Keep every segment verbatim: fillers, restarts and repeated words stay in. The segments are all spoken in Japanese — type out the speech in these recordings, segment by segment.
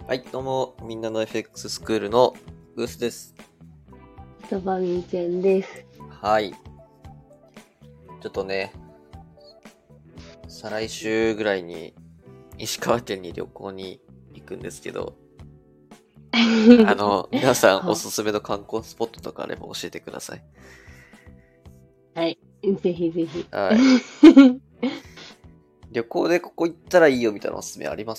はい、どうも、みんなの エフエックス スクールのグースです。 ドバミンちゃんです。 はい。ちょっとね、再来週ぐらいに石川県に旅行に行くんですけど、あの、皆さんおすすめの観光スポットとかあれば教えてください。 はい、ぜひぜひ。 はい。旅行でここ行ったらいいよみたいなおすすめあります？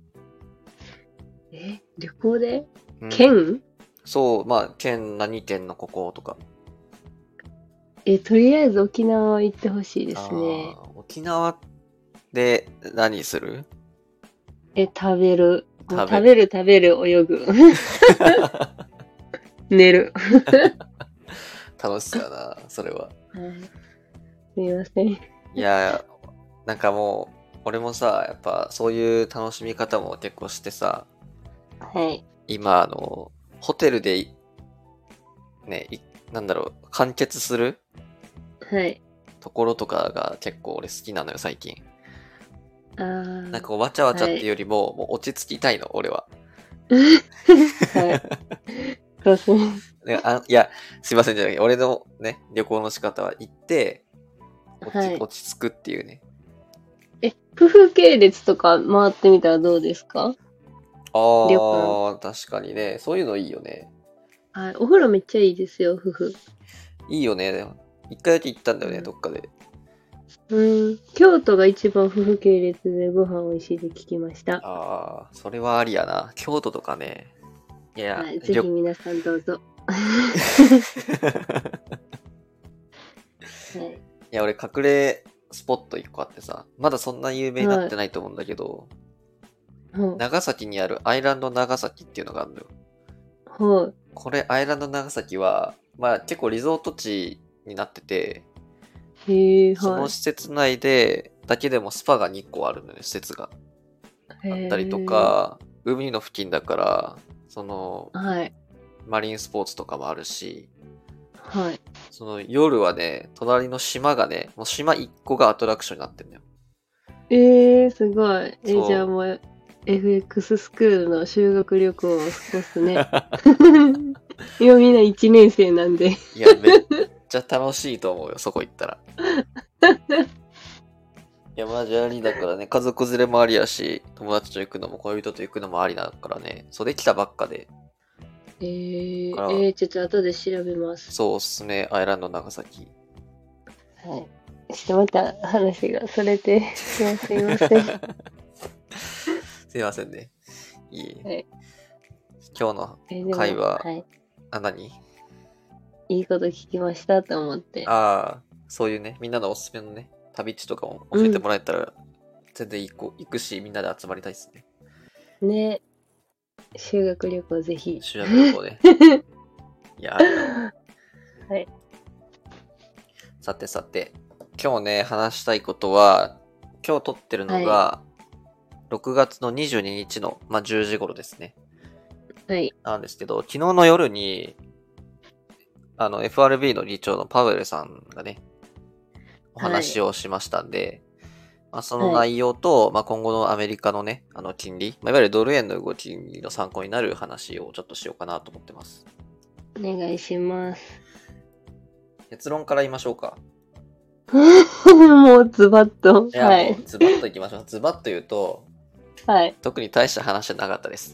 え、旅行で、 うん、 県そう、まあ、県何県のこことか。 え、とりあえず沖縄行ってほしいですね。 あー、沖縄で何する？ え、食べる。もう食べる。 食べる食べる泳ぐ。寝る。 楽しそうやな、それは。 はい。すいません。 いや、なんかもう、俺もさ、やっぱそういう楽しみ方も結構してさ、 はい。 今、あの、ホテルでい、ね、いなんだろう、完結するはい。 ところとかが結構俺好きなのよ、最近。 あー、 なんかこうわちゃわちゃっていうはい。 よりも、もう落ち着きたいの、俺は。 はい。そうですね。 ねあいや、すいませんじゃなくて、俺のね、旅行の仕方は行って、落ち、 はい。 落ち着くっていうね。 え、夫婦系列とか回ってみたらどうですか？ あ旅館。 ー、確かにね、そういうのいいよね。 はい。お風呂めっちゃいいですよ、夫婦。 いいよね。一回だけ行ったんだよね、 うん。 どっかで。 うん、京都が一番夫婦系列でご飯美味しいって聞きました。 ああ、それはありやな。京都とかね。いや、 はい、ぜ旅、 ひ皆さんどうぞ。はい。 いや、俺隠れスポット一個あってさ、まだそんな有名になっはい。 てないと思うんだけど、 は長崎にあるアイランド長崎っていうのがあるのよ。 い。はこれ、アイランド長崎は、まあ結構リゾート地になってて、 い。へえ、 そのは施設内で、だけでもスパがにこあるのよ、施設が。 い。 あったりとへえ。 か、海の付近だから、その、 はい。 マリンスポーツとかもあるし、 はい。 その夜はね、隣の島がね、もう島一個がアトラクションになってんだよ。 えー、すごい。え、じゃあそもう、エフエックス スクールの修学旅行、そこっすう。 ね。今みんないちねん生なんで。 いや、めっちゃ楽しいと思うよ、そこ行ったら。いや、マジありだからね、家族連れもありやし、友達と行くのも恋人と行くのもありだからね、それ来たばっかで。 えー、 から、 えー、ちょっと後で調べます。 そう、おすすめ、アイランド長崎。 はい。ちょっとまた話がそれて、いや、すいません。 すいませんね。いいはい。 今日のえ、でも、 会話、 はい。 あ、何いいこと聞きましたと思って。 ああ、そういうね、みんなのおすすめのね、旅地とかも教えてうん。 もらえたら、全然行こう、行くし、みんなで集まりたいっすね。 ね。修学旅行ぜひ。 修学旅行ね。いや、ありだね。 はい。 さてさて、今日ね、話したいことは、今日撮ってるのはい。 が、ろくがつのにじゅうににちの、まあ、じゅうじ頃ですね。 はい。 なんですけど、昨日の夜に、あの、エフアールビー の議長のパウエルさんがね、おはい。 話をしましたんで、まあ、そのはい。 内容と、まあ、今後のアメリカのね、あの金利、まあ、いわゆるドル円の動きの参考になる話をちょっとしようかなと思ってます。 お願いします。 結論から言いましょうか。 もうズバッと。 いや、 はい。 もうズバッといきましょう。ズバッと言うと、 はい。 特に大した話じゃなかったです。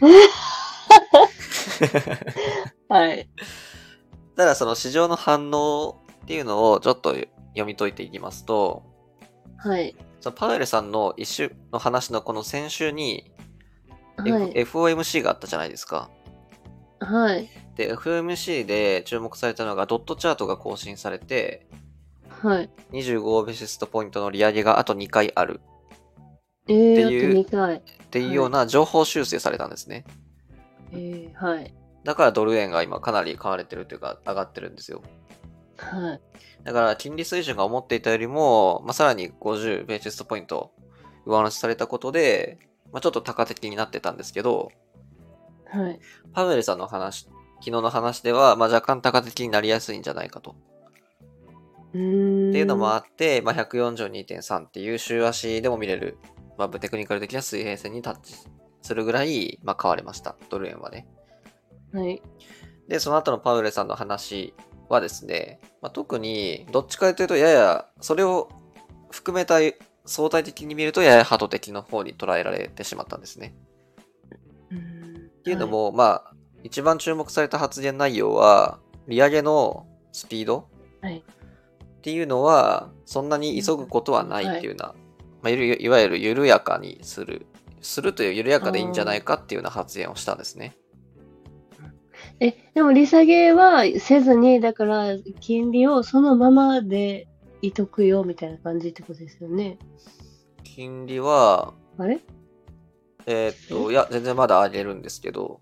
はい。 ただその市場の反応っていうのをちょっと読み解いていきますと、 はい。 そのパウエルさんの一週の話のこの先週に、 は F、 い。 エフオーエムシー があったじゃないですか。 はい。 で、エフオーエムシー で注目されたのがドットチャートが更新されて、 はい。 にじゅうごベーシスポイントの利上げがあとにかいあるえー、あとっていう、 にかい。 っていうようはい。 な情報修正されたんですね。 えー、はい。 だからドル円が今かなり買われてるというか上がってるんですよ。 はい。 だから金利水準が思っていたよりも、まあ、さらにごじゅうベーシスポイント上乗せされたことで、まあ、ちょっと高的になってたんですけど、 はい。 パウエルさんの話、昨日の話では、まあ、若干高的になりやすいんじゃないかと。 うっていうのもーん。 あって、まあ、ひゃくよんじゅうにてんさんっていう週足でも見れる、まあ、テクニカル的な水平線にタッチするぐらい、まあ、買われました。ドル円はね。 はい。 で、その後のパウエルさんの話はですね、まあ、特にどっちかというとややそれを含めた相対的に見るとややハト的の方に捉えられてしまったんですね。っていうのも、はい、まあ一番注目された発言内容は利上げのスピード、はい、っていうのはそんなに急ぐことはないっていうような、はいまあ、いわゆる緩やかにするするという緩やかでいいんじゃないかっていうような発言をしたんですね。 え、でも利下げはせずに、だから金利をそのままでいとくよみたいな感じってことですよね。 金利は、 あれえー、っと、いや、全然まだ上げるんですけど、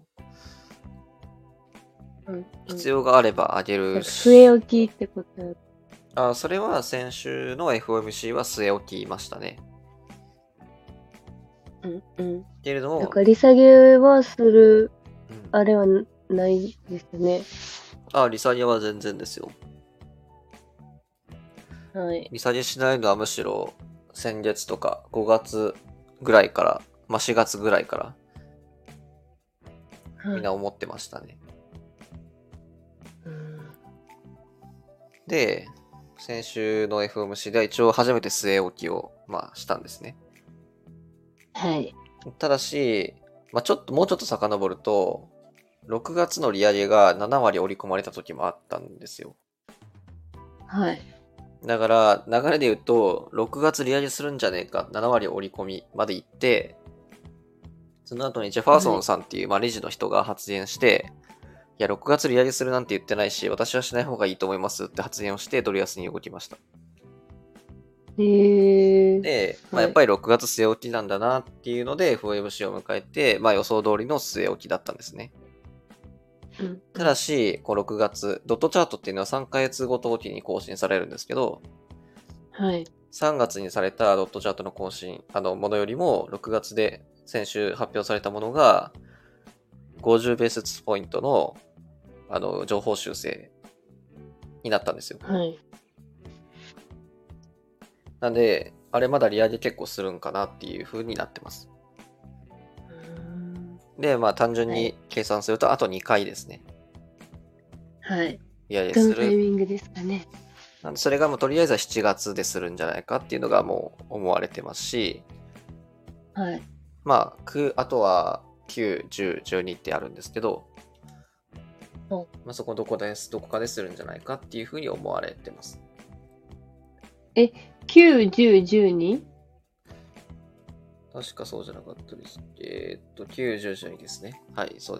うんうん、必要があれば上げるし。 据え置きってことあ、それは先週の エフオーエムシー は据え置きましたね。 うんうん。 けれども。 だから利下げはする、うん、あれはないですね。 あ、利下げは全然ですよ。 はい。 利下げしないのはむしろ先月とかごがつぐらいから、まあ、しがつぐらいから、みんな思ってましたね。はい、うんで、先週の エフオーエムシー では一応初めて据え置きを、まあ、したんですね。 はい。 ただし、まあ、ちょっと、もうちょっと遡ると、ろくがつの利上げがななわり織り込まれた時もあったんですよ。 はい。 だから、流れで言うと、ろくがつ利上げするんじゃねえか、ななわり織り込みまで行って、その後にジェファーソンさんっていう、はい、まあ、理事の人が発言して、いや、ろくがつ利上げするなんて言ってないし、私はしない方がいいと思いますって発言をして、ドル安に動きました。 へー。 で、まあ、やっぱりろくがつ据え置きなんだなっていうので、エフオーエムシー を迎えて、まあ、予想通りの据え置きだったんですね。うん、ただし、こうろくがつ、ドットチャートっていうのはさんかげつごときに更新されるんですけど、 はい。 さんがつにされたドットチャートの更新、あの、ものよりも、ろくがつで先週発表されたものが、ごじゅうベースポイントの、あの、情報修正になったんですよ。 はい。 なんで、あれまだ利上げ結構するんかなっていう風になってます。で、まあ単純に計算するとあとにかいですね。 はい。 利上げする。 どのタイミングですかね。 なんでそれがもうとりあえずはしちがつでするんじゃないかっていうのがもう思われてますし、 はい。 まあ、くあとはきゅう、じゅう、じゅうにってあるんですけど、まあ、そこどこです、どこかでするんじゃないかっていうふうに思われてます。 え、きゅう、じゅう、じゅうに? 確かそうじゃなかったです。えー、っと、きゅう、じゅう、じゅうにですね。はい、そうです。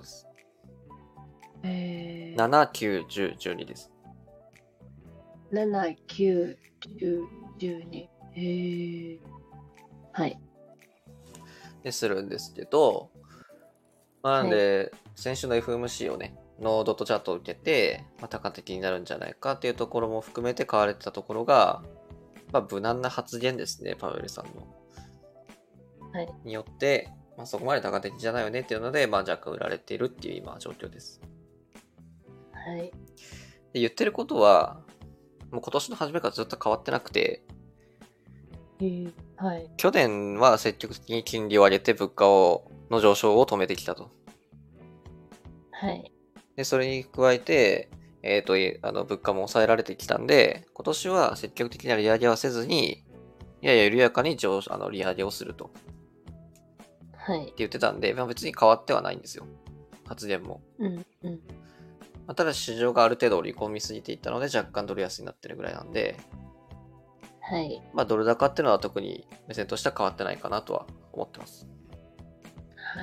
えー、 なな、きゅう、じゅう、じゅうにです。 なな、きゅう、じゅう、じゅうに。えー、はい。 でするんですけど、まあ、なんで、はい、先週の エフオーエムシー をね、のドットチャートを受けて、まあ、高的になるんじゃないかっていうところも含めて買われてたところが、まあ、無難な発言ですね、パウエルさんの。はい。によって、まあ、そこまで高的じゃないよねっていうので、まあ、若干売られているっていう今、状況です。はい。で、言ってることは、もう今年の初めからずっと変わってなくて、えーはい、去年は積極的に金利を上げて物価をの上昇を止めてきたと。はい。で、それに加えて、えっと、あの、物価も抑えられてきたんで、今年は積極的な利上げはせずに、やや緩やかに上あの利上げをすると。はい。って言ってたんで、まあ、別に変わってはないんですよ。発言も。うんうん。まあ、ただ市場がある程度織り込みすぎていったので、若干ドル安になってるぐらいなんで、はい。まあ、ドル高っていうのは特に目線としては変わってないかなとは思ってます。はい。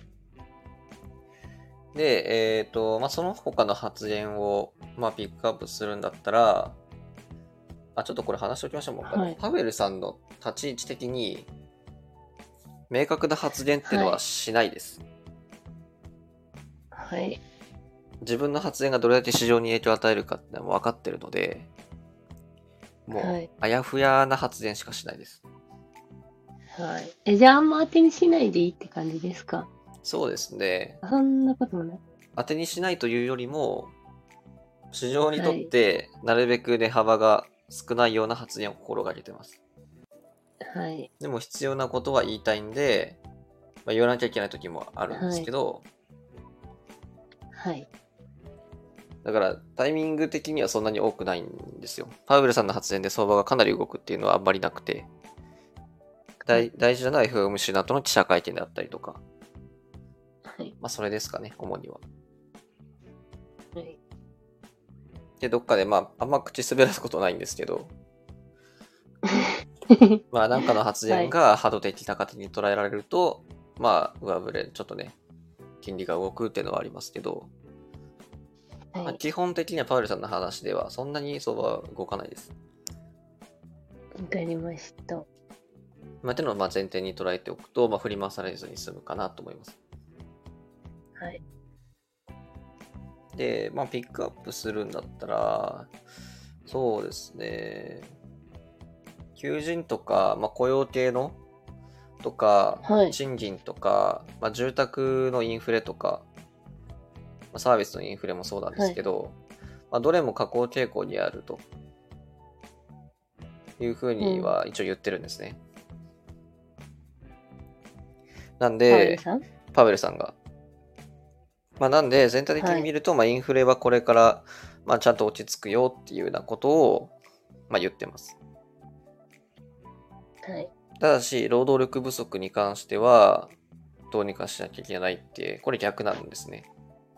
で、えっと、まあ、その他の発言を、まあ、ピックアップするんだったら、あ、ちょっとこれ話しておきましょう。はい、パウエルさんの立ち位置的に、明確な発言っていうのはしないです。はい。自分の発言がどれだけ市場に影響を与えるかってのも分かってるので、もう、あやふやな発言しかしないです。はい。え、じゃああんま当てにしないでいいって感じですか？そうですね。 そんなこともない。 当てにしないというよりも、市場にとってなるべく値幅が少ないような発言を心がけてます。はい。でも必要なことは言いたいんで、 まあ、言わなきゃいけない時もあるんですけど、 はい。 だからタイミング的にはそんなに多くないんですよ。パウエルさんの発言で相場がかなり動くっていうのはあんまりなくて、大大事なのは エフオーエムシー の後の記者会見であったりとか、 はい。 まあそれですかね、主には。 はい。 で、どっかでまああんま口滑らすことないんですけど、まあなんかの発言が波動的な形に捉えられると、まあ上振れ、ちょっとね、金利が動くっていうのはありますけど、まあ、 はい。 基本的にはパウエルさんの話ではそんなに相場は動かないです。 わかりました。 まあ、っていうのをまあ前提に捉えておくと、まあ、振り回されずに済むかなと思います。 はい。 で、まあ、ピックアップするんだったら、そうですね、求人とか、まあ、雇用系のとか、 はい。 賃金とか、まあ、住宅のインフレとか、まあ、サービスのインフレもそうなんですけど、まあ、どれも下降傾向にあるというふうには一応言ってるんですね。なんパウエルで、 さんパウエルさんが。まあ、なんで、全体的に見ると、まあ、インフレはこれから、まあ、ちゃんと落ち着くよっていうようなことを、まあ、言ってます。 はい。 ただし、労働力不足に関しては、どうにかしなきゃいけないって、これ逆なんですね。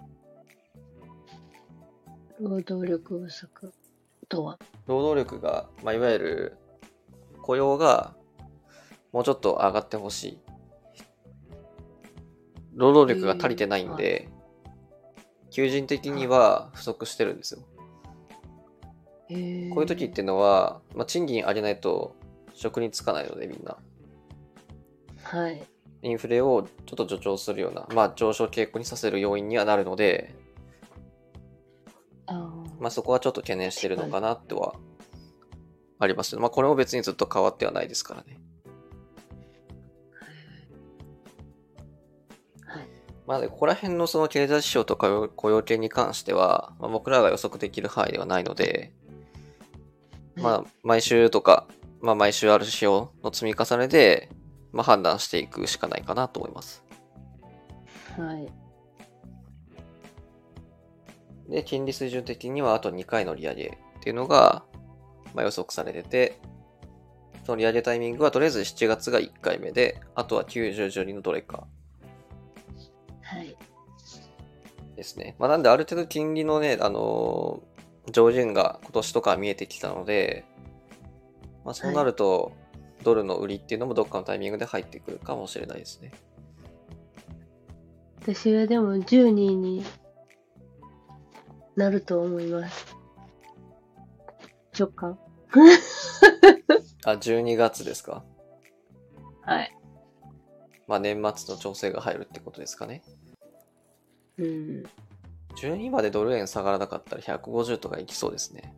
労働力不足とは。 労働力が、まあ、いわゆる雇用がもうちょっと上がってほしい。労働力が足りてないんで、求人的には不足してるんですよ。 へーこういう時っていうのは、まあ、賃金上げないと職に就かないのでみんな。 はい。 インフレをちょっと助長するような、まあ上昇傾向にさせる要因にはなるので、 あまあそこはちょっと懸念してるのかなってはありますけど、まあこれも別にずっと変わってはないですからね。 はい。 まあでここら辺のその経済指標とか雇用系に関しては、まあ、僕らが予測できる範囲ではないので、まあ毎週とか、まあ毎週ある指標の積み重ねで、まあ判断していくしかないかなと思います。 はい。 で、金利水準的にはあとにかいの利上げっていうのが、まあ、予測されてて、その利上げタイミングはとりあえずしちがつがいっかいめで、あとはきゅう、じゅう、じゅうにのどれかはい。 ですね。まあ、なんである程度金利のね、あのー上限が今年とか見えてきたので、まあ、そうなると、ドルの売りっていうのもどっかのタイミングで入ってくるかもしれないですね。 私はでもじゅうにになると思います。直感。 あ、じゅうにがつですか。 はい。 まあ、年末の調整が入るってことですかね。 うん。 じゅうにまでドル円下がらなかったらひゃくごじゅうとかいきそうですね。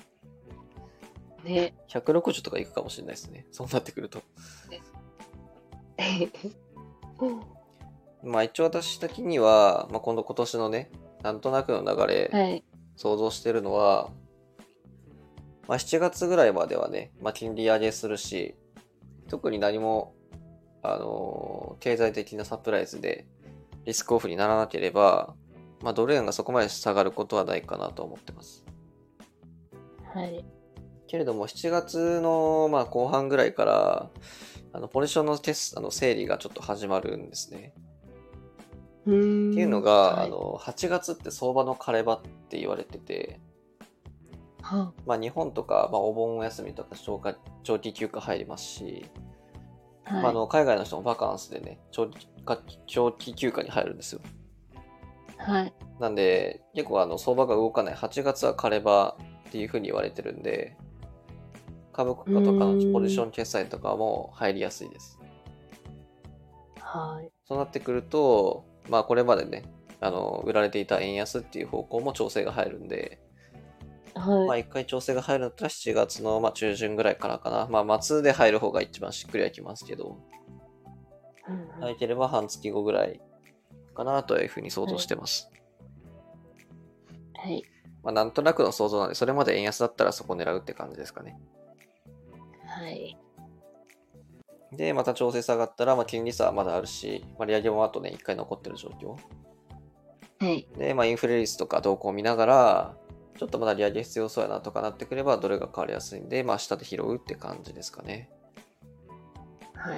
ね。 ひゃくろくじゅうとかいくかもしれないですね。そうなってくると。まあ一応私的には、まあ、今度今年のね、なんとなくの流れ、 はい。 想像してるのは、まあ、しちがつぐらいまではね、まあ、金利上げするし、特に何も、あのー経済的なサプライズでリスクオフにならなければ、まあ、ドル円がそこまで下がることはないかなと思ってます。 はい。 けれども、しちがつの、まあ、後半ぐらいから、あのポジションのテスあの整理がちょっと始まるんですね。 うーん。 っていうのが、 はい、 あのはちがつって相場の枯れ場って言われてて、 はまあ、日本とか、まあ、お盆休みとか長期長期休暇入りますし、 あ、はい。 まあ、あの海外の人もバカンスでね長期長期休暇に入るんですよ。 はい。 なんで結構あの相場が動かないはちがつは枯れ場っていうふうに言われてるんで、株価とかのポジション決済とかも入りやすいです。 はい。 そうなってくると、まあこれまでね、あの売られていた円安っていう方向も調整が入るんで、 はい。 まあ一回調整が入るんだったらしちがつのまあ中旬ぐらいからかな。まあ末で入る方が一番しっくりはきますけど、 うんうん早ければ半月後ぐらいかなというふうに想像してます。 はい。 まあなんとなくの想像なんで、それまで円安だったらそこを狙うって感じですかね。 はい。 で、また調整下がったら、まあ、金利差はまだあるし、まあ、利上げもあとね、いっかい残ってる状況。 はい。 で、まあ、インフレ率とか動向を見ながら、ちょっとまだ利上げ必要そうやなとかなってくれば、どれが変わりやすいんで、まあ、下で拾うって感じですかね。 はい。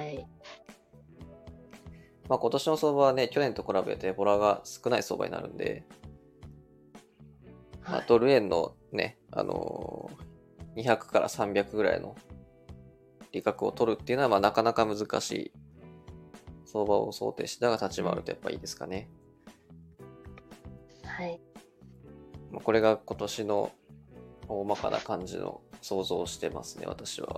まあ、今年の相場はね、去年と比べてボラが少ない相場になるんで、まあ、 はい。 ドル円のね、あのー、にひゃくからさんびゃくぐらいの利確を取るっていうのは、まあ、なかなか難しい相場を想定しながら立ち回るとやっぱいいですかね。 はい。 まあ、これが今年の大まかな感じの想像をしてますね、私は。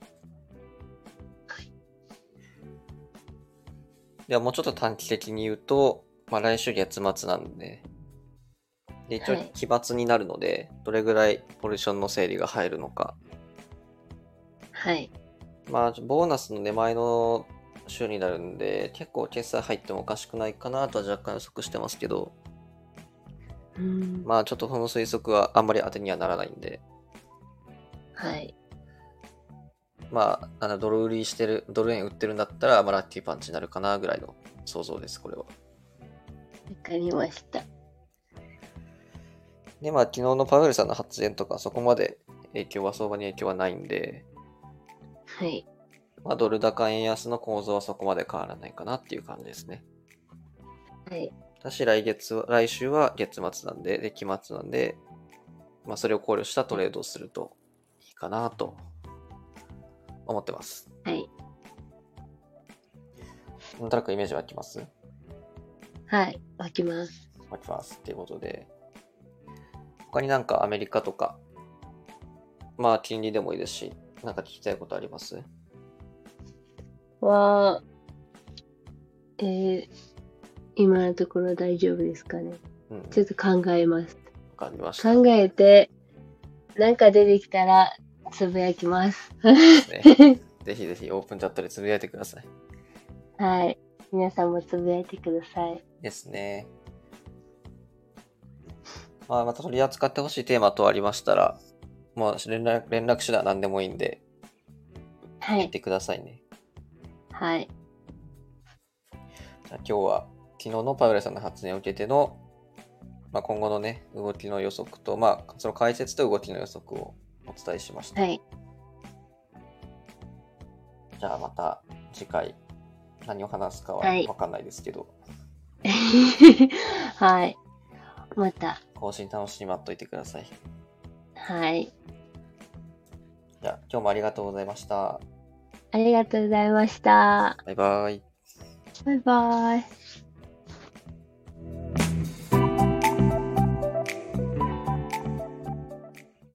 ではもうちょっと短期的に言うと、まあ、来週月末なんで、で一応はい期末になるので、どれぐらいポジションの整理が入るのか。 はい。 まあ、ボーナスの出前の週になるんで、結構決済入ってもおかしくないかなとは若干予測してますけど、 うん。 まあちょっとその推測はあんまり当てにはならないんで、 はい。 まあ、あのドル売りしてる、ドル円売ってるんだったら、まあラッキーパンチになるかなぐらいの想像です、これは。 わかりました。 で、まあ昨日のパウエルさんの発言とかそこまで影響は、相場に影響はないんで、 はい。 まあドル高円安の構造はそこまで変わらないかなっていう感じですね。 はい。 ただし来月は、来週は月末なんで、で、期末なんで、まあそれを考慮したトレードをするといいかなと思ってます。 はい。 なんとなくイメージ湧きます？ はい。湧きます。 湧きますっていうことで、他になんかアメリカとか、まあ金利でもいいですし、なんか聞きたいことあります？ は、えー、今のところ大丈夫ですかね。 うん、 ちょっと考えます。 わかりました。 考えて、なんか出てきたら、つぶやきます。 ね、ぜひぜひオープンチャットでつぶやいてください。 はい。皆さんもつぶやいてください。 ですね。まあ、また取り扱ってほしいテーマ等ありましたら、もう連絡、連絡手段何でもいいんで、 はい。 言ってくださいね。 はい。 じゃあ今日は昨日のパウエルさんの発言を受けての、まあ、今後のね、動きの予測と、まあ、その解説と動きの予測をお伝えしました。 はい。 じゃあまた次回何を話すかははいわかんないですけど、 はい。また。 更新楽しみ待っといてください。 はい。 じゃあ今日もありがとうございました。 ありがとうございました。 バイバイ。 バイバイ。